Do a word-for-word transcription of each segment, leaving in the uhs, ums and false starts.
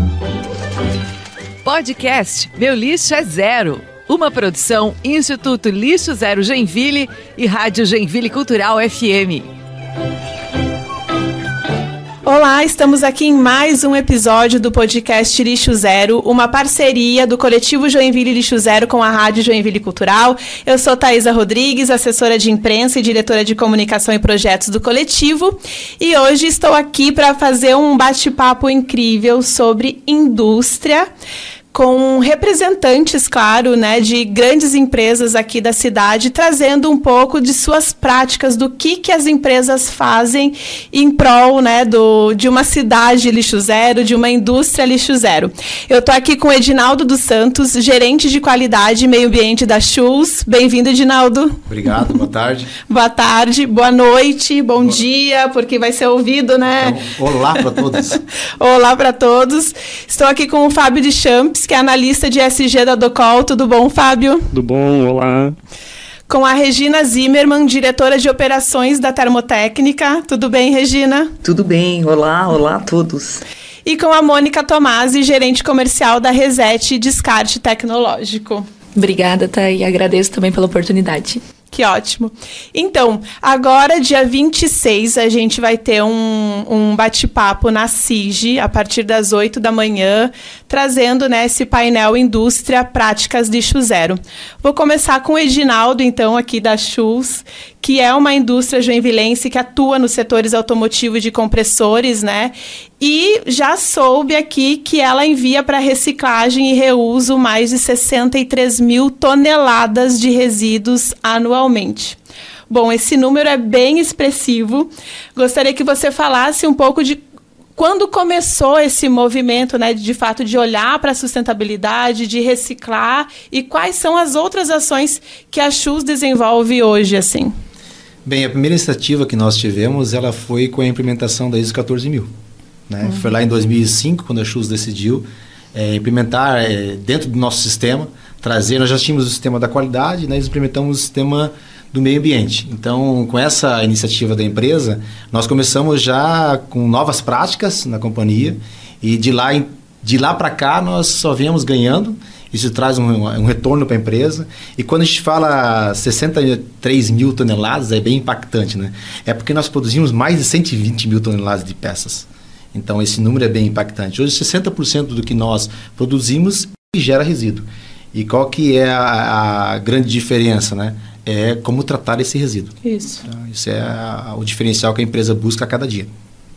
Podcast Meu Lixo é Zero. Uma produção Instituto Lixo Zero Joinville e Rádio Joinville Cultural F M. Olá, estamos aqui em mais um episódio do podcast Lixo Zero, uma parceria do coletivo Joinville Lixo Zero com a Rádio Joinville Cultural. Eu sou Thaisa Rodrigues, assessora de imprensa e diretora de comunicação e projetos do coletivo, e hoje estou aqui para fazer um bate-papo incrível sobre indústria, com representantes, claro, né, de grandes empresas aqui da cidade, trazendo um pouco de suas práticas, do que, que as empresas fazem em prol, né, do, de uma cidade lixo zero, de uma indústria lixo zero. Eu estou aqui com o Edinaldo dos Santos, gerente de qualidade e meio ambiente da Schulz. Bem-vindo, Edinaldo. Obrigado, boa tarde. Boa tarde, boa noite, bom boa. dia, porque vai ser ouvido, né? Então, olá para todos. Olá para todos. Estou aqui com o Fábio de Champs, que é analista de S G da Docol. Tudo bom, Fábio? Tudo bom, olá. Com a Regina Zimmermann, diretora de operações da Termotécnica. Tudo bem, Regina? Tudo bem, olá, olá a todos. E com a Mônica Tomasi, gerente comercial da Reset Descarte Tecnológico. Obrigada, Thay, e agradeço também pela oportunidade. Que ótimo. Então, agora, dia vinte e seis, a gente vai ter um, um bate-papo na C I G, a partir das oito da manhã, trazendo, né, esse painel Indústria Práticas Lixo Zero. Vou começar com o Edinaldo, então, aqui da Schulz, que é uma indústria joinvilense que atua nos setores automotivo e de compressores, né? E já soube aqui que ela envia para reciclagem e reuso mais de sessenta e três mil toneladas de resíduos anualmente. Bom, esse número é bem expressivo. Gostaria que você falasse um pouco de quando começou esse movimento, né, de fato, de olhar para a sustentabilidade, de reciclar, e quais são as outras ações que a Schulz desenvolve hoje, assim? Bem, a primeira iniciativa que nós tivemos, ela foi com a implementação da I S O quatorze mil. Né? Uhum. Foi lá em dois mil e cinco, quando a Schulz decidiu é, implementar é, dentro do nosso sistema, trazer, nós já tínhamos o sistema da qualidade, nós implementamos o sistema do meio ambiente. Então, com essa iniciativa da empresa, nós começamos já com novas práticas na companhia, e de lá, de lá para cá nós só viemos ganhando. Isso traz um, um retorno para a empresa. E quando a gente fala sessenta e três mil toneladas, é bem impactante, né? É porque nós produzimos mais de cento e vinte mil toneladas de peças. Então, esse número é bem impactante. Hoje, sessenta por cento do que nós produzimos gera resíduo. E qual que é a, a grande diferença, né? É como tratar esse resíduo. Isso. Então, isso é a, o diferencial que a empresa busca a cada dia.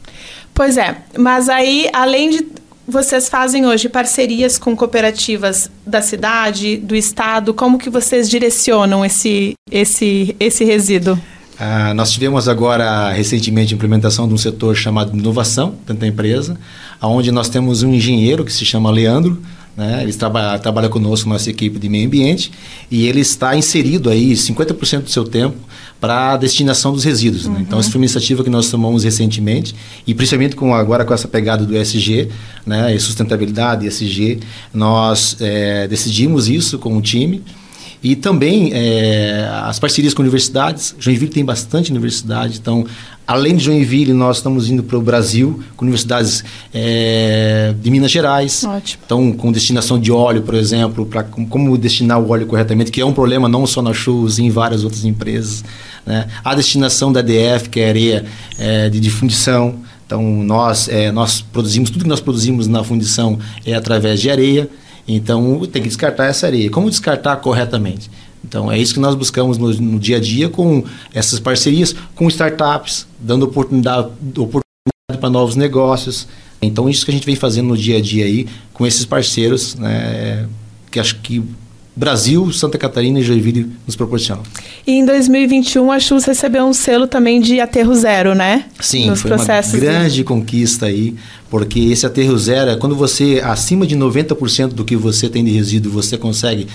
Pois é, mas aí, além de... Vocês fazem hoje parcerias com cooperativas da cidade, do estado? Como que vocês direcionam esse, esse, esse resíduo? Ah, nós tivemos agora, recentemente, a implementação de um setor chamado de inovação dentro da empresa, onde nós temos um engenheiro que se chama Leandro, né? Ele trabalha, trabalha conosco, nossa equipe de meio ambiente, e ele está inserido aí cinquenta por cento do seu tempo para a destinação dos resíduos. Uhum. Né? Então, essa foi uma iniciativa que nós tomamos recentemente, e principalmente com, agora com essa pegada do E S G, né? E sustentabilidade, E S G, nós é, decidimos isso com o time. E também é, as parcerias com universidades. Joinville tem bastante universidade, então, além de Joinville, nós estamos indo para o Brasil, com universidades é, de Minas Gerais. Ótimo. Então, com destinação de óleo, por exemplo, para como destinar o óleo corretamente, que é um problema não só na Schulz, em várias outras empresas. Né? A destinação da D F, que é areia é, de, de fundição. Então, nós, é, nós produzimos, tudo que nós produzimos na fundição é através de areia. Então, tem que descartar essa areia. Como descartar corretamente? Então, é isso que nós buscamos no, no dia a dia com essas parcerias, com startups, dando oportunidade, oportunidade para novos negócios. Então, isso que a gente vem fazendo no dia a dia aí, com esses parceiros, né, que acho que Brasil, Santa Catarina e Joinville nos proporcionam. E em dois mil e vinte e um, a Schulz recebeu um selo também de aterro zero, né? Sim, Nos foi processos uma grande de... conquista aí, porque esse aterro zero é quando você, acima de noventa por cento do que você tem de resíduo, você consegue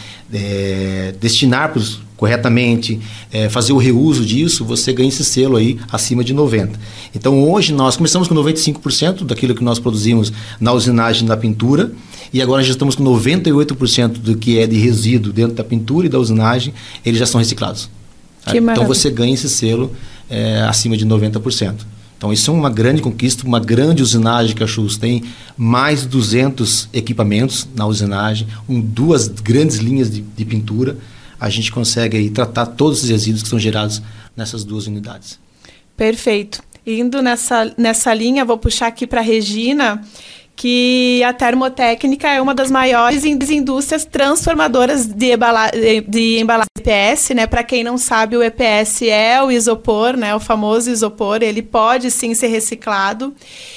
é, destinar pros, corretamente, é, fazer o reuso disso, você ganha esse selo aí acima de noventa por cento. Então, hoje nós começamos com noventa e cinco por cento daquilo que nós produzimos na usinagem da pintura, e agora já estamos com noventa e oito por cento do que é de resíduo dentro da pintura e da usinagem, eles já são reciclados. Que então maravilha. você ganha esse selo é, acima de noventa por cento. Então, isso é uma grande conquista, uma grande usinagem que a Schultz tem, mais de duzentos equipamentos na usinagem, um, duas grandes linhas de, de pintura. A gente consegue aí tratar todos os resíduos que são gerados nessas duas unidades. Perfeito. Indo nessa, nessa linha, vou puxar aqui para a Regina, que a termotécnica é uma das maiores indústrias transformadoras de, embala de embalagem E P S, né? Para quem não sabe, o E P S é o isopor, né? O famoso isopor, ele pode sim ser reciclado.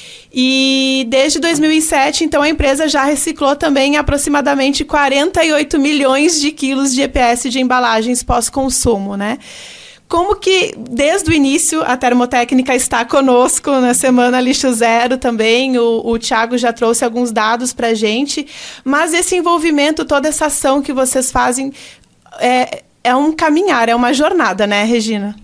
E desde dois mil e sete, então, a empresa já reciclou também aproximadamente quarenta e oito milhões de quilos de E P S de embalagens pós-consumo, né? Como que, desde o início, a termotécnica está conosco na Semana Lixo Zero também, o, o Thiago já trouxe alguns dados para a gente, mas esse envolvimento, toda essa ação que vocês fazem, é, é um caminhar, é uma jornada, né, Regina?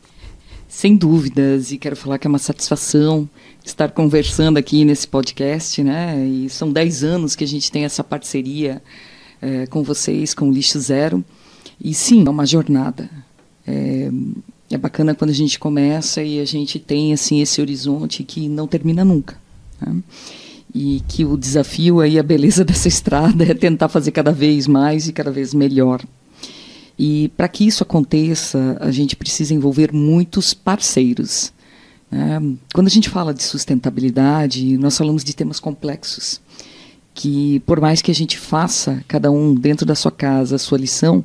Sem dúvidas, e quero falar que é uma satisfação estar conversando aqui nesse podcast, né, e são dez anos que a gente tem essa parceria é, com vocês, com o Lixo Zero, e sim, é uma jornada. É, é bacana quando a gente começa e a gente tem assim, esse horizonte que não termina nunca, né? E que o desafio aí, a beleza dessa estrada é tentar fazer cada vez mais e cada vez melhor. E para que isso aconteça, a gente precisa envolver muitos parceiros, né? Quando a gente fala de sustentabilidade, nós falamos de temas complexos, que por mais que a gente faça, cada um dentro da sua casa, a sua lição,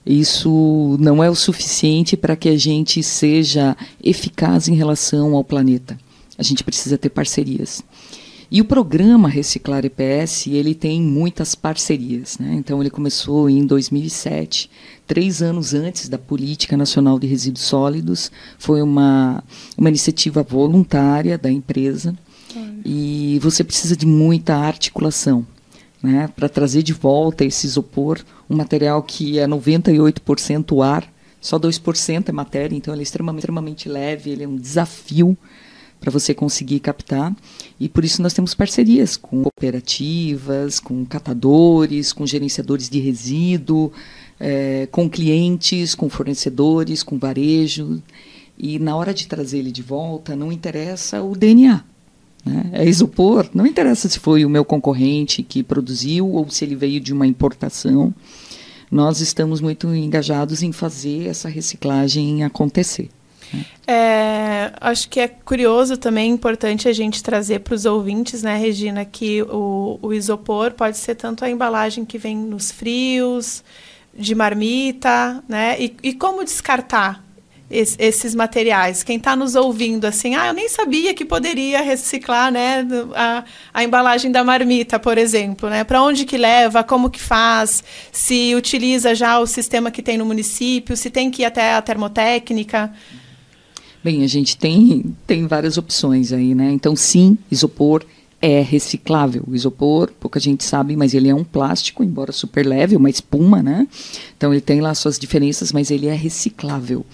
isso não é o suficiente para que a gente seja eficaz em relação ao planeta. A gente precisa ter parcerias. E o programa Reciclar E P S, ele tem muitas parcerias, né? Então, ele começou em dois mil e sete, três anos antes da Política Nacional de Resíduos Sólidos. Foi uma, uma iniciativa voluntária da empresa. Hum. E você precisa de muita articulação, né, para trazer de volta esse isopor, um material que é noventa e oito por cento ar, só dois por cento é matéria, então ele é extremamente, extremamente leve, ele é um desafio para você conseguir captar, e por isso nós temos parcerias com cooperativas, com catadores, com gerenciadores de resíduo, é, com clientes, com fornecedores, com varejo, e na hora de trazer ele de volta, não interessa o D N A. Né? É isopor, não interessa se foi o meu concorrente que produziu ou se ele veio de uma importação. Nós estamos muito engajados em fazer essa reciclagem acontecer. Né? É, acho que é curioso também, importante a gente trazer para os ouvintes, né, Regina, que o, o isopor pode ser tanto a embalagem que vem nos frios, de marmita, né, e, e como descartar esses materiais. Quem está nos ouvindo assim, ah, eu nem sabia que poderia reciclar, né, a, a embalagem da marmita, por exemplo, né? Para onde que leva, como que faz, se utiliza já o sistema que tem no município, se tem que ir até a termotécnica. Bem, a gente tem, tem várias opções aí, né? Então, sim, isopor é reciclável. O isopor, pouca gente sabe, mas ele é um plástico, embora super leve, uma espuma, né? Então, ele tem lá suas diferenças, mas ele é reciclável.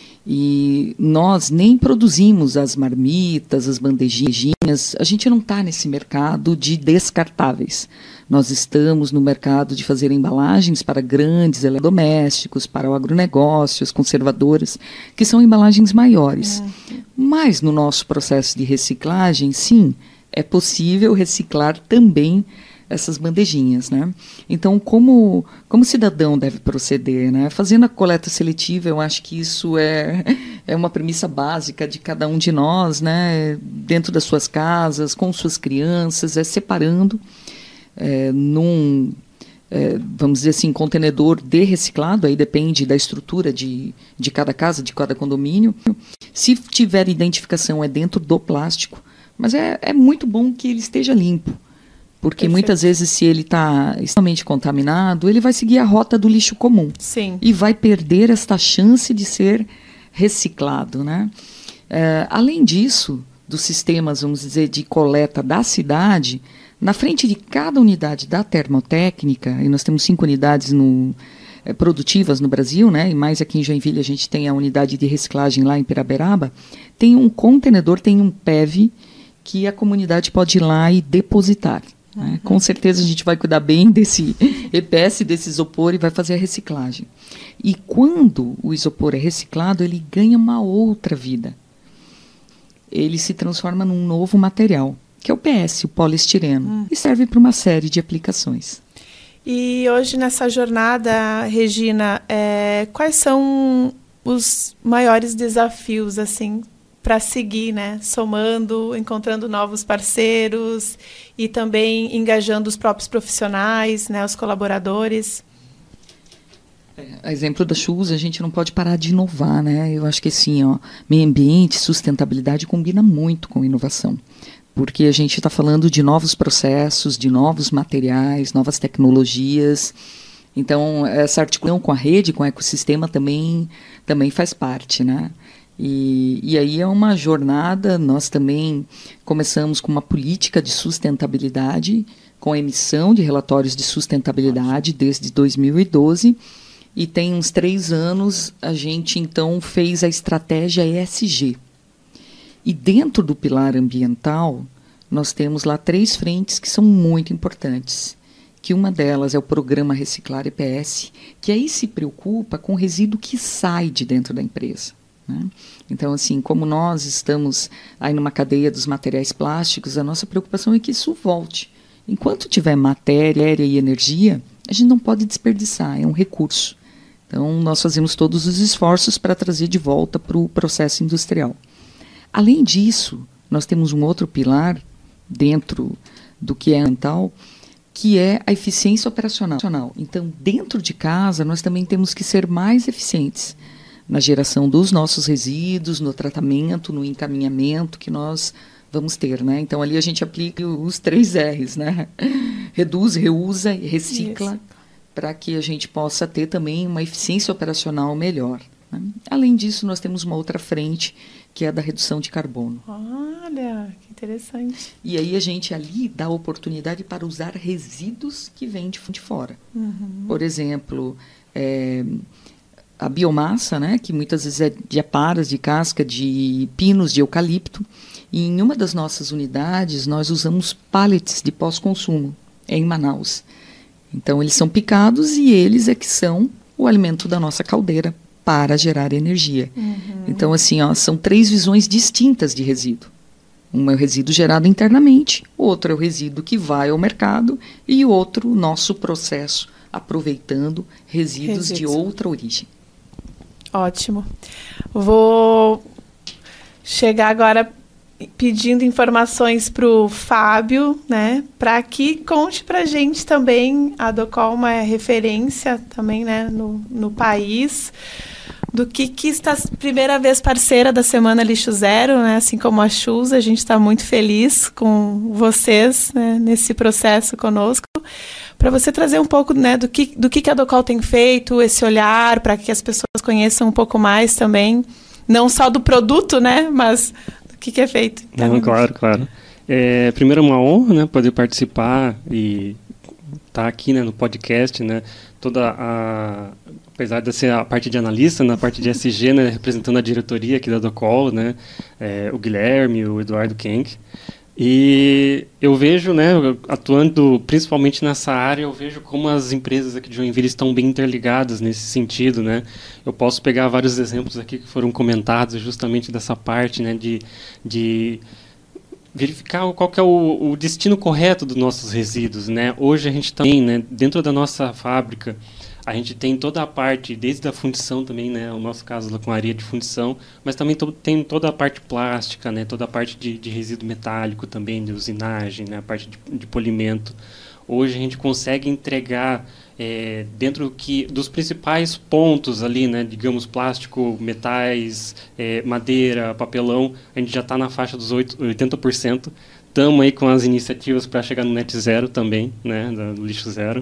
E nós nem produzimos as marmitas, as bandejinhas, a gente não está nesse mercado de descartáveis. Nós estamos no mercado de fazer embalagens para grandes eletrodomésticos, para o agronegócio, as conservadoras, que são embalagens maiores. Uhum. Mas no nosso processo de reciclagem, sim, é possível reciclar também essas bandejinhas, né? Então, como, como o cidadão deve proceder, né? Fazendo a coleta seletiva, eu acho que isso é, é uma premissa básica de cada um de nós, né? Dentro das suas casas, com suas crianças, é separando é, num, é, vamos dizer assim, contenedor de reciclado, aí depende da estrutura de, de cada casa, de cada condomínio. Se tiver identificação, é dentro do plástico, mas é, é muito bom que ele esteja limpo. Porque Perfeito. Muitas vezes, se ele está extremamente contaminado, ele vai seguir a rota do lixo comum. Sim. E vai perder esta chance de ser reciclado, né? É, além disso, dos sistemas, vamos dizer, de coleta da cidade, na frente de cada unidade da termotécnica, e nós temos cinco unidades no, é, produtivas no Brasil, né? E mais aqui em Joinville a gente tem a unidade de reciclagem lá em Piraberaba, tem um contenedor, tem um P E V, que a comunidade pode ir lá e depositar. Né? Com certeza a gente vai cuidar bem desse E P S, desse isopor, e vai fazer a reciclagem. E quando o isopor é reciclado, ele ganha uma outra vida. ele se transforma num novo material, que é o P S, o poliestireno, hum. e serve para uma série de aplicações. E hoje nessa jornada, Regina, é, quais são os maiores desafios assim para seguir, né? Somando, encontrando novos parceiros e também engajando os próprios profissionais, né? Os colaboradores? A exemplo da Schulze, a gente não pode parar de inovar, né? Eu acho que assim, ó, meio ambiente, sustentabilidade combina muito com inovação. Porque a gente está falando de novos processos, de novos materiais, novas tecnologias. Então, essa articulação com a rede, com o ecossistema também, também faz parte, né? E, e aí é uma jornada, nós também começamos com uma política de sustentabilidade, com a emissão de relatórios de sustentabilidade desde dois mil e doze, e tem uns três anos a gente então fez a estratégia E S G. E dentro do pilar ambiental, nós temos lá três frentes que são muito importantes. Que uma delas é o programa Reciclar E P S, que aí se preocupa com o resíduo que sai de dentro da empresa. Né? Então, assim, como nós estamos aí numa cadeia dos materiais plásticos, a nossa preocupação é que isso volte. Enquanto tiver matéria e energia, a gente não pode desperdiçar, é um recurso. Então, nós fazemos todos os esforços para trazer de volta para o processo industrial. Além disso, nós temos um outro pilar dentro do que é ambiental, que é a eficiência operacional. Então, dentro de casa, nós também temos que ser mais eficientes na geração dos nossos resíduos, no tratamento, no encaminhamento que nós vamos ter, né? Então, ali a gente aplica os três R's, né? Reduz, reusa e recicla, para que a gente possa ter também uma eficiência operacional melhor. Né? Além disso, nós temos uma outra frente, que é a da redução de carbono. Olha, que interessante. E aí a gente ali dá oportunidade para usar resíduos que vêm de fora. Uhum. Por exemplo, é, a biomassa, né, que muitas vezes é de aparas, de casca, de pinos, de eucalipto. E em uma das nossas unidades, nós usamos pallets de pós-consumo, é em Manaus. Então, eles são picados e eles é que são o alimento da nossa caldeira para gerar energia. Uhum. Então, assim, ó, são três visões distintas de resíduo. Um é o resíduo gerado internamente, o outro é o resíduo que vai ao mercado e o outro, o nosso processo, aproveitando resíduos, resíduos de outra origem. Ótimo. Vou chegar agora pedindo informações para o Fábio, né, para que conte para a gente também, a Docolma é referência também, né, no, no país, do que, que está primeira vez parceira da Semana Lixo Zero, né, assim como a Schulze, a gente está muito feliz com vocês, né, nesse processo conosco, para você trazer um pouco, né, do que, do que a Docol tem feito, esse olhar, para que as pessoas conheçam um pouco mais também, não só do produto, né, mas o que, que é feito? Não, claro, claro. É, primeiro é uma honra, né, poder participar e estar tá aqui, né, no podcast, né, toda a, apesar de ser a parte de analista, na parte de E S G, né, representando a diretoria aqui da Docol, né, é, o Guilherme, o Eduardo Kenck. E eu vejo, né, atuando principalmente nessa área, eu vejo como as empresas aqui de Joinville estão bem interligadas nesse sentido, né. Eu posso pegar vários exemplos aqui que foram comentados justamente dessa parte, né, de, de verificar qual que é o, o destino correto dos nossos resíduos, né. Hoje a gente também, né, dentro da nossa fábrica, a gente tem toda a parte, desde a fundição também, né, o nosso caso lá com a área de fundição, mas também to, tem toda a parte plástica, né, toda a parte de, de resíduo metálico também, de usinagem, né, a parte de, de polimento. Hoje a gente consegue entregar é, dentro que, dos principais pontos ali, né, digamos, plástico, metais, é, madeira, papelão, a gente já está na faixa dos oitenta por cento. Estamos aí com as iniciativas para chegar no net zero também, né, do lixo zero.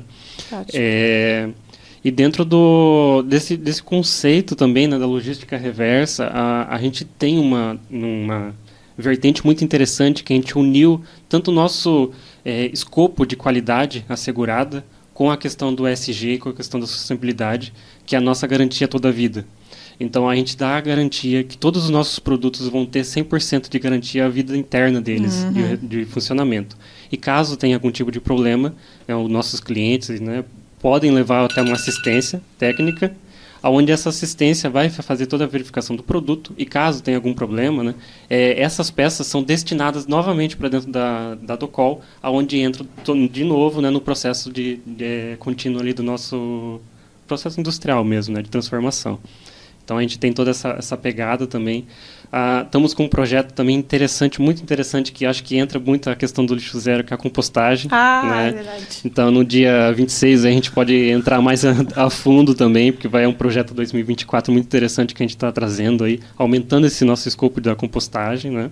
É, e dentro do, desse, desse conceito também, né, da logística reversa, a, a gente tem uma, uma vertente muito interessante que a gente uniu tanto o nosso é, escopo de qualidade assegurada com a questão do E S G, com a questão da sustentabilidade, que é a nossa garantia toda a vida. Então, a gente dá a garantia que todos os nossos produtos vão ter cem por cento de garantia à vida interna deles, uhum. de, de funcionamento. E caso tenha algum tipo de problema, né, os nossos clientes, né, podem levar até uma assistência técnica, onde essa assistência vai fazer toda a verificação do produto e caso tenha algum problema, né, é, essas peças são destinadas novamente para dentro da, da Docol, onde entra de novo, né, no processo de, de contínuo ali do nosso processo industrial mesmo, né, de transformação. Então a gente tem toda essa, essa pegada também. Ah, estamos com um projeto também interessante, muito interessante, que acho que entra muito a questão do lixo zero, que é a compostagem. Ah, né? É verdade. Então no dia vinte e seis a gente pode entrar mais a, a fundo também, porque vai é um projeto dois mil e vinte e quatro muito interessante que a gente está trazendo aí, aumentando esse nosso escopo da compostagem, né?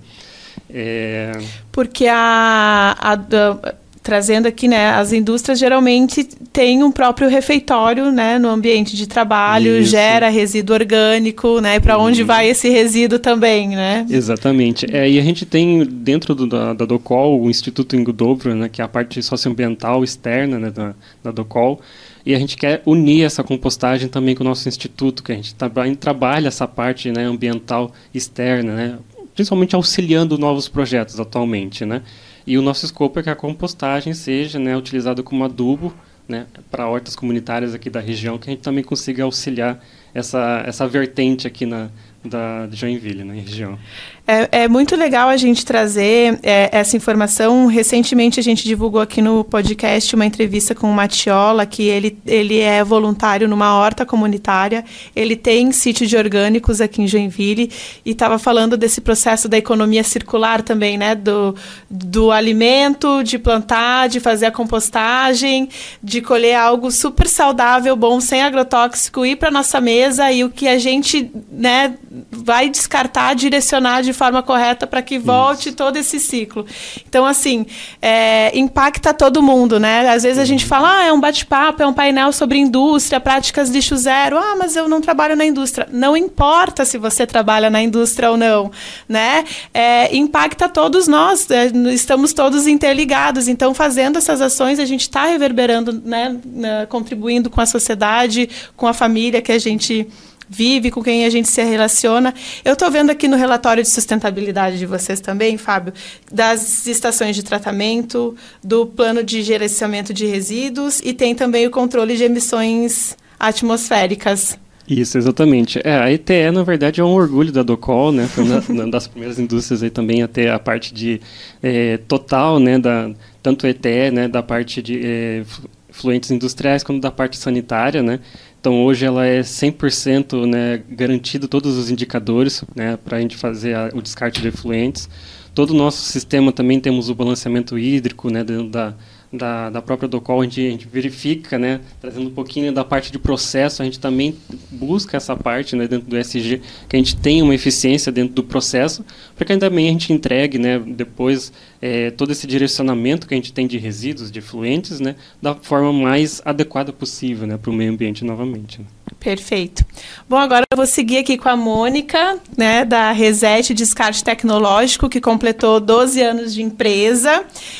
É... Porque a... a, a trazendo aqui, né, as indústrias geralmente têm um próprio refeitório, né, no ambiente de trabalho, Isso. gera resíduo orgânico, né, para onde uhum. vai esse resíduo também, né? Exatamente. É, e a gente tem dentro do, da, da Docol o Instituto Ingo Dobro, né, que é a parte socioambiental externa, né, da, da Docol, e a gente quer unir essa compostagem também com o nosso instituto, que a gente tra trabalha essa parte, né, ambiental externa, né, principalmente auxiliando novos projetos atualmente, né? E o nosso escopo é que a compostagem seja, né, utilizada como adubo, né, para hortas comunitárias aqui da região, que a gente também consiga auxiliar essa, essa vertente aqui na, da, de Joinville, na região. É, é muito legal a gente trazer é, essa informação. Recentemente a gente divulgou aqui no podcast uma entrevista com o Matiola, que ele, ele é voluntário numa horta comunitária, ele tem sítio de orgânicos aqui em Joinville e estava falando desse processo da economia circular também, né? Do, do alimento, de plantar, de fazer a compostagem, de colher algo super saudável, bom, sem agrotóxico, ir para nossa mesa e o que a gente, né, vai descartar, direcionar de forma correta para que volte Isso. todo esse ciclo. Então, assim, é, impacta todo mundo, né? Às vezes a gente fala, ah, é um bate-papo, é um painel sobre indústria, práticas lixo zero. Ah, mas eu não trabalho na indústria. Não importa se você trabalha na indústria ou não, né? É, impacta todos nós, é, estamos todos interligados. Então, fazendo essas ações, a gente está reverberando, né, na, contribuindo com a sociedade, com a família que a gente vive, com quem a gente se relaciona. Eu estou vendo aqui no relatório de sustentabilidade de vocês também, Fábio, das estações de tratamento, do plano de gerenciamento de resíduos e tem também o controle de emissões atmosféricas. Isso, exatamente. É, a E T E, na verdade, é um orgulho da Docol, né? Foi uma, uma das primeiras indústrias aí também a ter a parte de é, total, né? Da, tanto E T E, né? Da parte de é, fluentes industriais, quanto da parte sanitária, né? Então, hoje ela é cem por cento, né, garantido todos os indicadores, né, para a gente fazer a, o descarte de efluentes. Todo o nosso sistema também temos o balanceamento hídrico, né, dentro da, da, da própria Docol, a gente, a gente verifica, né, trazendo um pouquinho da parte de processo, a gente também busca essa parte, né, dentro do E S G, que a gente tenha uma eficiência dentro do processo, para que também a gente entregue, né, depois é, todo esse direcionamento que a gente tem de resíduos, de efluentes, né, da forma mais adequada possível, né, para o meio ambiente novamente. Né. Perfeito. Bom, agora eu vou seguir aqui com a Mônica, né, da Reset Descarte Tecnológico, que completou doze anos de empresa.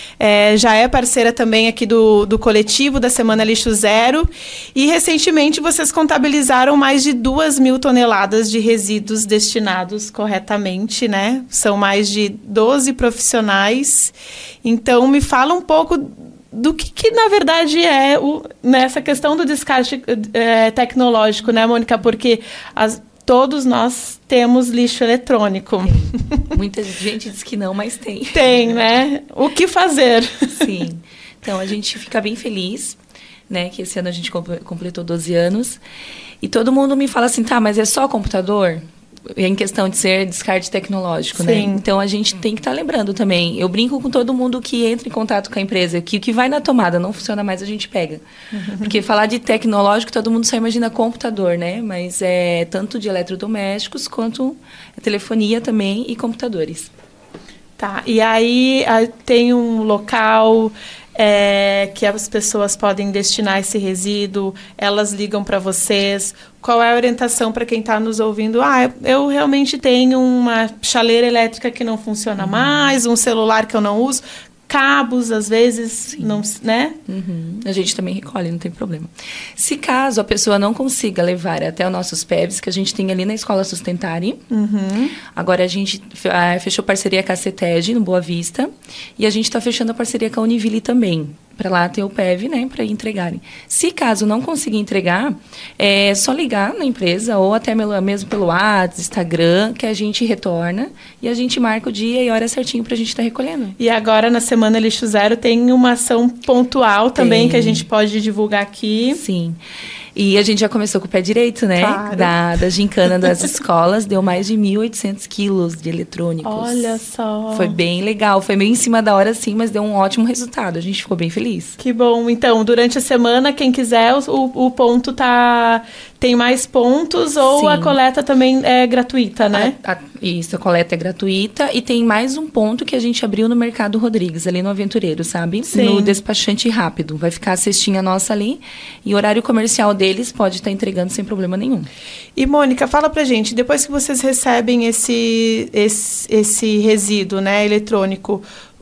É, já é parceira também aqui do, do coletivo da Semana Lixo Zero. E, recentemente, vocês contabilizaram mais de duas mil toneladas de resíduos destinados corretamente, né? São mais de doze profissionais. Então, me fala um pouco do que, que na verdade, é o, nessa questão do descarte é, tecnológico, né, Mônica? Porque as, todos nós temos lixo eletrônico. Tem. Muita gente diz que não, mas tem. Tem, né? O que fazer? Sim. Então, a gente fica bem feliz, né, que esse ano a gente completou doze anos. E todo mundo me fala assim, tá, mas é só computador? Em questão de ser descarte tecnológico, Sim. né? Então, a gente tem que estar tá lembrando também. Eu brinco com todo mundo que entra em contato com a empresa, que o que vai na tomada não funciona mais, a gente pega. Uhum. Porque falar de tecnológico, todo mundo só imagina computador, né? Mas é tanto de eletrodomésticos, quanto telefonia também e computadores. Tá, e aí tem um local... É, que as pessoas podem destinar esse resíduo, elas ligam para vocês. Qual é a orientação para quem está nos ouvindo? Ah, eu realmente tenho uma chaleira elétrica que não funciona uhum. mais, um celular que eu não uso, cabos, às vezes, Sim. não, né? Uhum. A gente também recolhe, não tem problema. Se caso a pessoa não consiga levar até os nossos P E Vs, que a gente tem ali na Escola Sustentare, uhum. agora a gente fechou parceria com a CETED, no Boa Vista, e a gente está fechando a parceria com a Univille também. para lá ter o P E V, né, para entregarem. Se caso não conseguir entregar, é só ligar na empresa ou até mesmo pelo WhatsApp, Instagram, que a gente retorna e a gente marca o dia e hora certinho para a gente estar tá recolhendo. E agora na Semana Lixo Zero tem uma ação pontual também tem. que a gente pode divulgar aqui. Sim. E a gente já começou com o pé direito, né? Claro. Da, da gincana das escolas, deu mais de mil e oitocentos quilos de eletrônicos. Olha só. Foi bem legal, foi meio em cima da hora, sim, mas deu um ótimo resultado. A gente ficou bem feliz. Que bom. Então, durante a semana, quem quiser, o, o ponto tá... Tem mais pontos ou sim. a coleta também é gratuita, né? A, a, isso, a coleta é gratuita e tem mais um ponto que a gente abriu no Mercado Rodrigues, ali no Aventureiro, sabe? Sim. No despachante rápido. Vai ficar a cestinha nossa ali e o horário comercial deles pode estar entregando sem problema nenhum. E, Mônica, fala pra gente, depois que vocês recebem esse, esse, esse resíduo, né, eletrônico,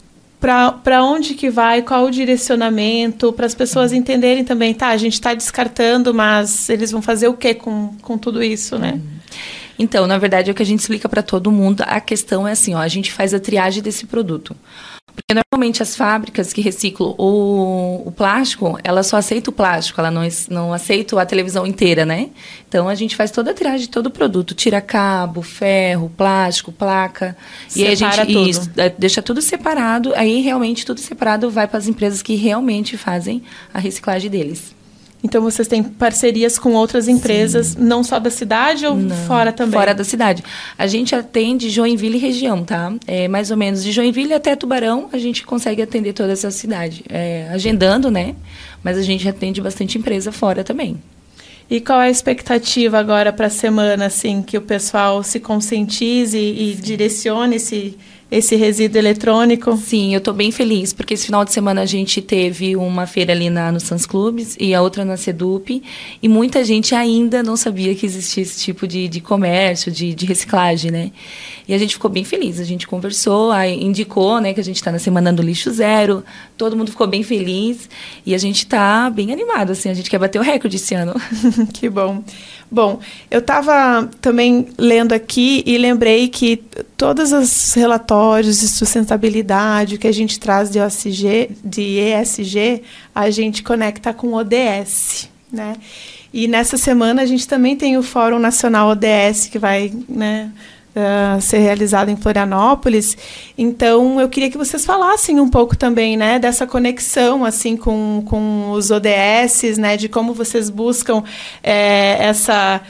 para onde que vai, qual o direcionamento, para as pessoas entenderem também, tá, a gente está descartando, mas eles vão fazer o quê com, com tudo isso, né? Então, na verdade, é o que a gente explica para todo mundo. A questão é assim, ó, a gente faz a triagem desse produto. Porque normalmente as fábricas que reciclam o, o plástico, ela só aceita o plástico, ela não, não aceita a televisão inteira, né? Então a gente faz toda a triagem de todo o produto, tira cabo, ferro, plástico, placa. Separa e aí a gente tudo. Isso, deixa tudo separado, aí realmente tudo separado vai para as empresas que realmente fazem a reciclagem deles. Então, vocês têm parcerias com outras empresas, sim. não só da cidade ou não, fora também? Fora da cidade. A gente atende Joinville e região, tá? É, mais ou menos de Joinville até Tubarão, a gente consegue atender toda essa cidade. É, agendando, né? Mas a gente atende bastante empresa fora também. E qual é a expectativa agora para a semana, assim, que o pessoal se conscientize e, e direcione esse... esse resíduo eletrônico? Sim, eu estou bem feliz, porque esse final de semana a gente teve uma feira ali na, no Sans Clubes e a outra na Sedup, e muita gente ainda não sabia que existia esse tipo de, de comércio, de, de reciclagem, né? E a gente ficou bem feliz, a gente conversou, aí indicou, né, que a gente está na Semana do Lixo Zero, todo mundo ficou bem feliz, e a gente está bem animado, assim, a gente quer bater o recorde esse ano. Que bom. Bom, eu estava também lendo aqui e lembrei que todos os relatórios de sustentabilidade que a gente traz de, O S G, de E S G, a gente conecta com O D S, né? E nessa semana a gente também tem o Fórum Nacional O D S, que vai, né, Uh, ser realizado em Florianópolis. Então, eu queria que vocês falassem um pouco também, né, dessa conexão, assim, com, com os O D S, né, de como vocês buscam é, essa,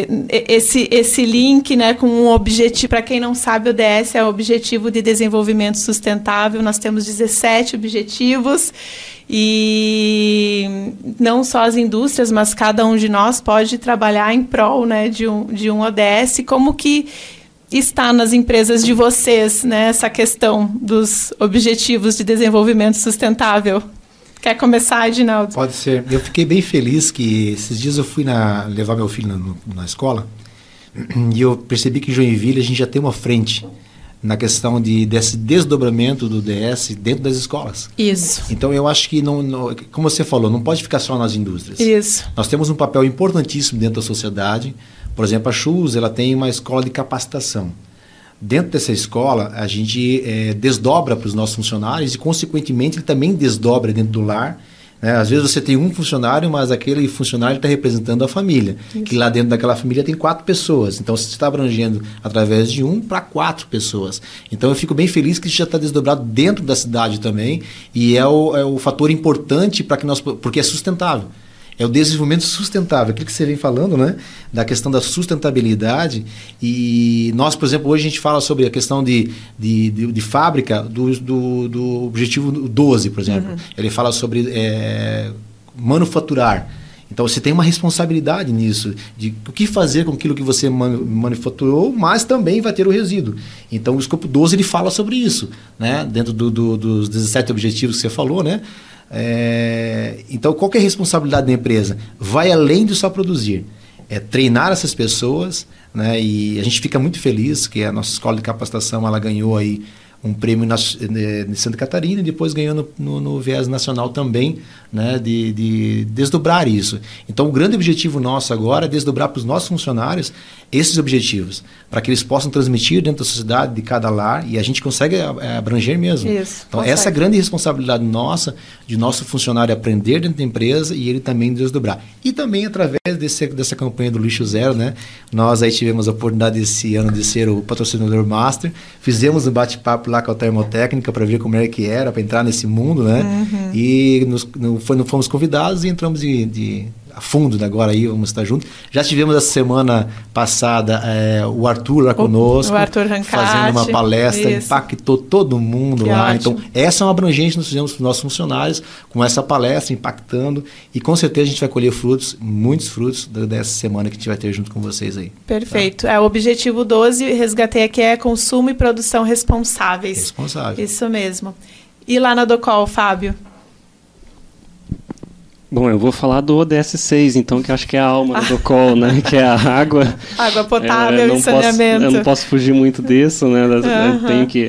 esse, esse link, né, com um objetivo. Para quem não sabe, o O D S é o Objetivo de Desenvolvimento Sustentável. Nós temos dezessete objetivos e não só as indústrias, mas cada um de nós pode trabalhar em prol, né, de um, de um O D S. Como que está nas empresas de vocês, né, essa questão dos Objetivos de Desenvolvimento Sustentável? Quer começar, Edinaldo? Pode ser. Eu fiquei bem feliz que esses dias eu fui na, levar meu filho na, na escola e eu percebi que em Joinville a gente já tem uma frente na questão de, desse desdobramento do D S dentro das escolas. Isso. Então, eu acho que, não, não, como você falou, não pode ficar só nas indústrias. Isso. Nós temos um papel importantíssimo dentro da sociedade. Por exemplo, a Chus, ela tem uma escola de capacitação. Dentro dessa escola, a gente é, desdobra para os nossos funcionários e, consequentemente, ele também desdobra dentro do lar. Né? Às vezes você tem um funcionário, mas aquele funcionário está representando a família. Isso. Que lá dentro daquela família tem quatro pessoas. Então, você está abrangendo através de um para quatro pessoas. Então, eu fico bem feliz que isso já está desdobrado dentro da cidade também. E é o, é o fator importante para que nós... Porque é sustentável. É o desenvolvimento sustentável, aquilo que você vem falando, né? Da questão da sustentabilidade. E nós, por exemplo, hoje a gente fala sobre a questão de, de, de, de fábrica do, do, do objetivo doze, por exemplo. Uhum. Ele fala sobre é, manufaturar. Então, você tem uma responsabilidade nisso, de o que fazer com aquilo que você man, manufaturou, mas também vai ter o resíduo. Então, o escopo doze ele fala sobre isso, né? Dentro do, do, dos dezessete objetivos que você falou, né? É, então, qual que é a responsabilidade da empresa? Vai além de só produzir. É treinar essas pessoas, né? E a gente fica muito feliz que a nossa escola de capacitação ela ganhou aí um prêmio na, de Santa Catarina e depois ganhou no, no, no viés nacional também, né, de, de desdobrar isso. Então, o grande objetivo nosso agora é desdobrar para os nossos funcionários esses objetivos, para que eles possam transmitir dentro da sociedade de cada lar, e a gente consegue é, abranger mesmo. Isso, então, consegue. essa é a grande responsabilidade nossa, de nosso funcionário aprender dentro da empresa e ele também desdobrar. E também através desse, dessa campanha do Lixo Zero, né, nós aí tivemos a oportunidade esse ano de ser o patrocinador master, fizemos um bate-papo lá com a termotécnica para ver como é que era, para entrar nesse mundo, né, uhum. e nos, no, foi, fomos convidados e entramos de... de a fundo, né? Agora aí vamos estar juntos. Já tivemos essa semana passada é, o Arthur lá conosco, o Arthur Rancati, fazendo uma palestra, isso. impactou todo mundo que lá. ótimo. Então, essa é uma abrangência que nós fizemos para os nossos funcionários, com essa palestra impactando, e com certeza a gente vai colher frutos, muitos frutos dessa semana que a gente vai ter junto com vocês aí. Perfeito. Tá? É, o objetivo doze, resgatei aqui, é consumo e produção responsáveis. Responsável. Isso mesmo. E lá na Docol, Fábio? Bom, eu vou falar do O D S seis, então, que acho que é a alma do Docol, né? Que é a água. Água potável é, e saneamento. Posso, eu não posso fugir muito disso, né? Das, uhum. Tenho que...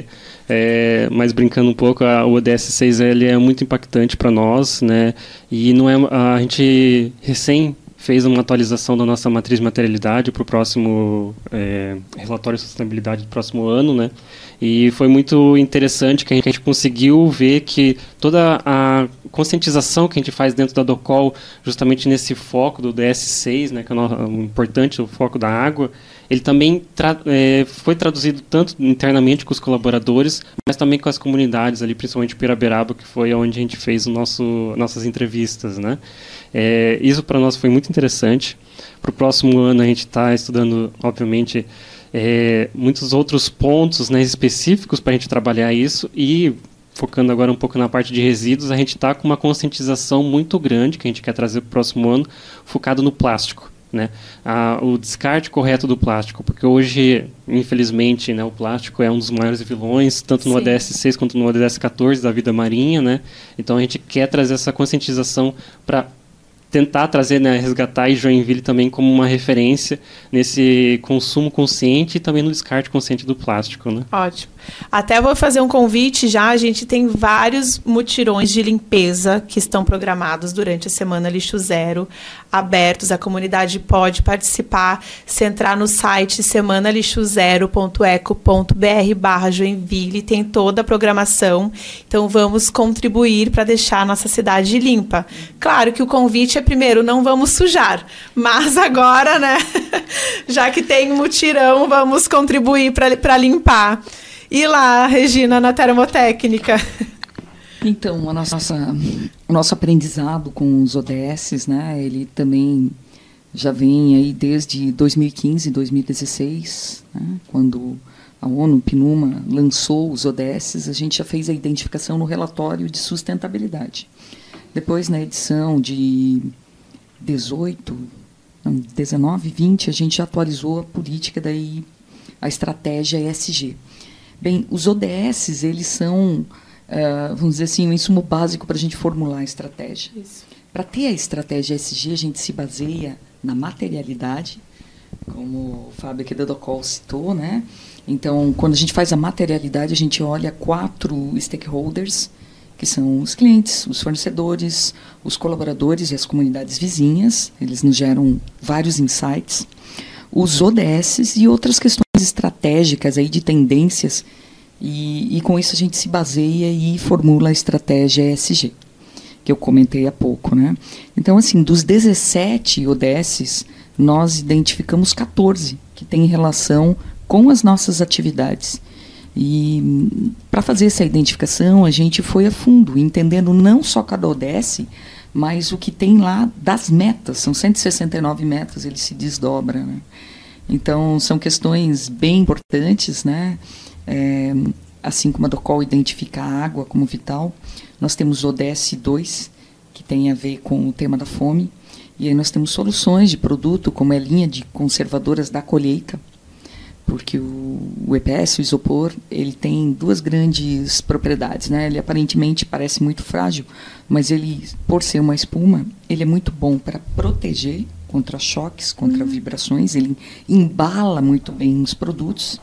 É, mas brincando um pouco, a, o O D S seis ele é muito impactante para nós, né? E não é, a gente recém fez uma atualização da nossa matriz de materialidade para o próximo é, relatório de sustentabilidade do próximo ano, né? E foi muito interessante que a gente conseguiu ver que toda a conscientização que a gente faz dentro da Docol, justamente nesse foco do D S seis, né, que é o importante, o foco da água, ele também tra é, foi traduzido tanto internamente com os colaboradores, mas também com as comunidades ali, principalmente Piraberaba, que foi onde a gente fez o nosso, nossas entrevistas, né? É, isso para nós foi muito interessante. Para o próximo ano a gente está estudando, obviamente, É, muitos outros pontos, né, específicos para a gente trabalhar isso, e focando agora um pouco na parte de resíduos, a gente está com uma conscientização muito grande que a gente quer trazer para o próximo ano, focado no plástico, né? A, o descarte correto do plástico, porque hoje, infelizmente, né, o plástico é um dos maiores vilões, tanto no Sim. O D S seis quanto no O D S quatorze da vida marinha, né? Então a gente quer trazer essa conscientização para tentar trazer, né, resgatar e Joinville também como uma referência nesse consumo consciente e também no descarte consciente do plástico, né? Ótimo. Até vou fazer um convite já, a gente tem vários mutirões de limpeza que estão programados durante a Semana Lixo Zero, abertos, a comunidade pode participar, se entrar no site semana lixo zero ponto eco ponto br barra Joinville, tem toda a programação, então vamos contribuir para deixar a nossa cidade limpa. Claro que o convite é, primeiro, não vamos sujar, mas agora, né, já que tem mutirão, vamos contribuir para limpar. E lá, Regina, na termotécnica? Então, a nossa, o nosso aprendizado com os O D S, né, ele também já vem aí desde dois mil e quinze, dois mil e dezesseis, né, quando a ONU, PNUMA, lançou os O D S, a gente já fez a identificação no relatório de sustentabilidade. Depois, na edição de dezoito, não, dezenove, vinte, a gente já atualizou a política, daí, a estratégia E S G. Bem, os O D S, eles são, uh, vamos dizer assim, um insumo básico para a gente formular a estratégia. Para ter a estratégia E S G, a gente se baseia na materialidade, como o Fábio aqui da Docol citou, né? Então, quando a gente faz a materialidade, a gente olha quatro stakeholders, que são os clientes, os fornecedores, os colaboradores e as comunidades vizinhas. Eles nos geram vários insights. Os O D S e outras questões estratégicas aí de tendências, e, e com isso a gente se baseia e formula a estratégia E S G, que eu comentei há pouco, né? Então, assim, dos dezessete O D S, nós identificamos quatorze que têm relação com as nossas atividades. E para fazer essa identificação, a gente foi a fundo, entendendo não só cada O D S, mas o que tem lá das metas. São cento e sessenta e nove metas, ele se desdobra, né? Então, são questões bem importantes, né? É, assim como a Docol identifica a água como vital, nós temos o O D S dois, que tem a ver com o tema da fome, e aí nós temos soluções de produto, como a linha de conservadoras da colheita, porque o, o E P S, o isopor, ele tem duas grandes propriedades, né? Ele aparentemente parece muito frágil, mas ele, por ser uma espuma, ele é muito bom para proteger contra choques, contra uhum. vibrações, ele embala muito bem os produtos,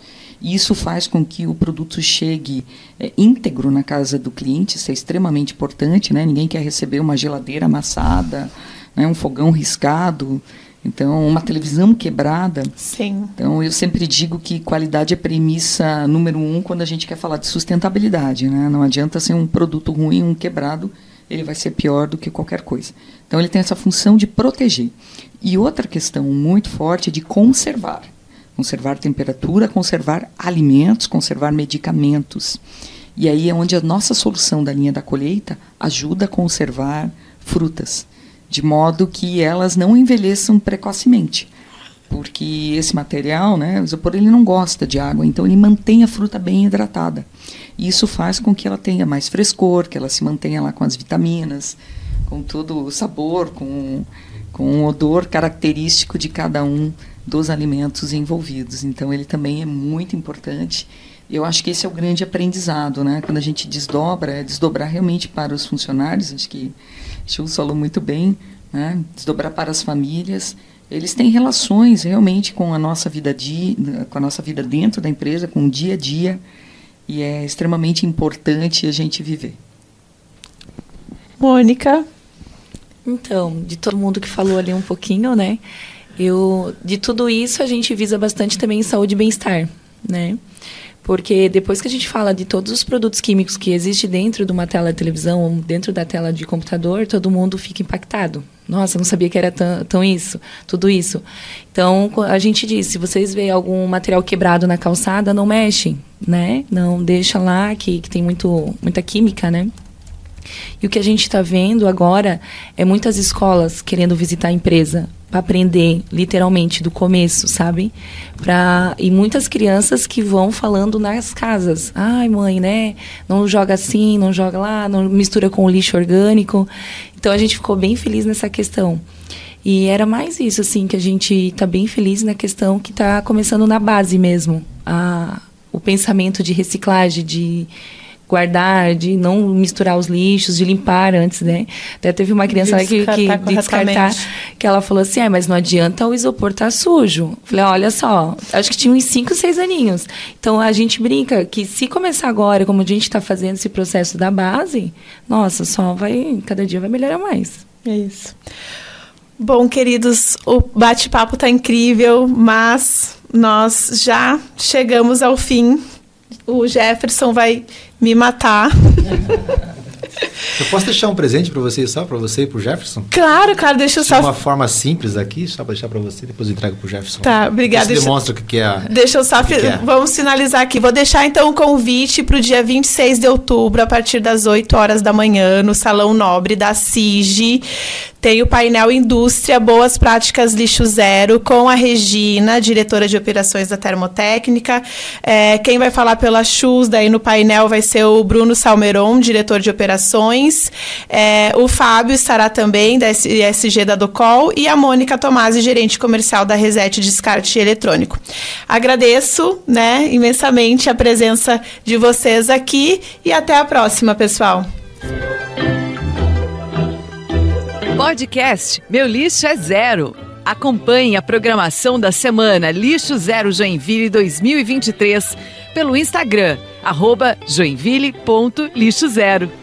E isso faz com que o produto chegue é, íntegro na casa do cliente, isso é extremamente importante, né? Ninguém quer receber uma geladeira amassada, né? Um fogão riscado, então uma televisão quebrada. Sim. Então eu sempre digo que qualidade é premissa número um quando a gente quer falar de sustentabilidade, né? Não adianta ser um produto ruim, um quebrado, ele vai ser pior do que qualquer coisa. Então ele tem essa função de proteger. E outra questão muito forte é de conservar. Conservar temperatura, conservar alimentos, conservar medicamentos. E aí é onde a nossa solução da linha da colheita ajuda a conservar frutas, de modo que elas não envelheçam precocemente. Porque esse material, né, o isopor, ele não gosta de água, então ele mantém a fruta bem hidratada. E isso faz com que ela tenha mais frescor, que ela se mantenha lá com as vitaminas, com todo o sabor, com, com o odor característico de cada um dos alimentos envolvidos. Então ele também é muito importante. Eu acho que esse é o grande aprendizado, né? Quando a gente desdobra, é desdobrar realmente para os funcionários, acho que o Chus falou muito bem, né? Desdobrar para as famílias. Eles têm relações realmente com a nossa vida di, com a nossa vida dentro da empresa, com o dia a dia, e é extremamente importante a gente viver. Mônica? Então, de todo mundo que falou ali um pouquinho, né? Eu, de tudo isso, a gente visa bastante também saúde e bem-estar, né? Porque depois que a gente fala de todos os produtos químicos que existem dentro de uma tela de televisão ou dentro da tela de computador, todo mundo fica impactado. Nossa, eu não sabia que era tão, tão isso, tudo isso. Então, a gente diz, se vocês veem algum material quebrado na calçada, não mexem, né? Não deixa lá, que, que tem muito, muita química, né? E o que a gente está vendo agora é muitas escolas querendo visitar a empresa para aprender, literalmente, do começo, sabe? Pra, e muitas crianças que vão falando nas casas. Ai, mãe, né? Não joga assim, não joga lá, não mistura com o lixo orgânico. Então, a gente ficou bem feliz nessa questão. E era mais isso, assim, que a gente está bem feliz na questão que está começando na base mesmo. A, o pensamento de reciclagem, de guardar, de não misturar os lixos, de limpar antes, né? Até teve uma criança lá que, que de descartar, que ela falou assim, ah, mas não adianta o isopor estar tá sujo. Falei, olha só, acho que tinha uns cinco, seis aninhos. Então, a gente brinca que se começar agora, como a gente está fazendo esse processo da base, nossa, só vai, cada dia vai melhorar mais. É isso. Bom, queridos, o bate-papo está incrível, mas nós já chegamos ao fim. O Jefferson vai me matar. Eu posso deixar um presente para você só, para você e para o Jefferson? Claro, claro, deixa eu só... De uma forma simples aqui, só para deixar para você, depois eu entrego para o Jefferson. Tá, obrigada. Isso demonstra o que, que é a... Deixa eu só... Que que é. Vamos finalizar aqui. Vou deixar, então, o convite para o dia vinte e seis de outubro, a partir das oito horas da manhã, no Salão Nobre da C I G. Tem o painel Indústria, Boas Práticas Lixo Zero, com a Regina, diretora de operações da Termotécnica. É, quem vai falar pela Chus daí no painel vai ser o Bruno Salmeron, diretor de operações. É, o Fábio estará também, da S S G da Docol, e a Mônica Tomasi, gerente comercial da Reset Descarte Eletrônico. Agradeço, né, imensamente a presença de vocês aqui e até a próxima, pessoal. Podcast Meu Lixo é Zero. Acompanhe a programação da semana Lixo Zero Joinville dois mil e vinte e três pelo Instagram, arroba joinville ponto lixo zero.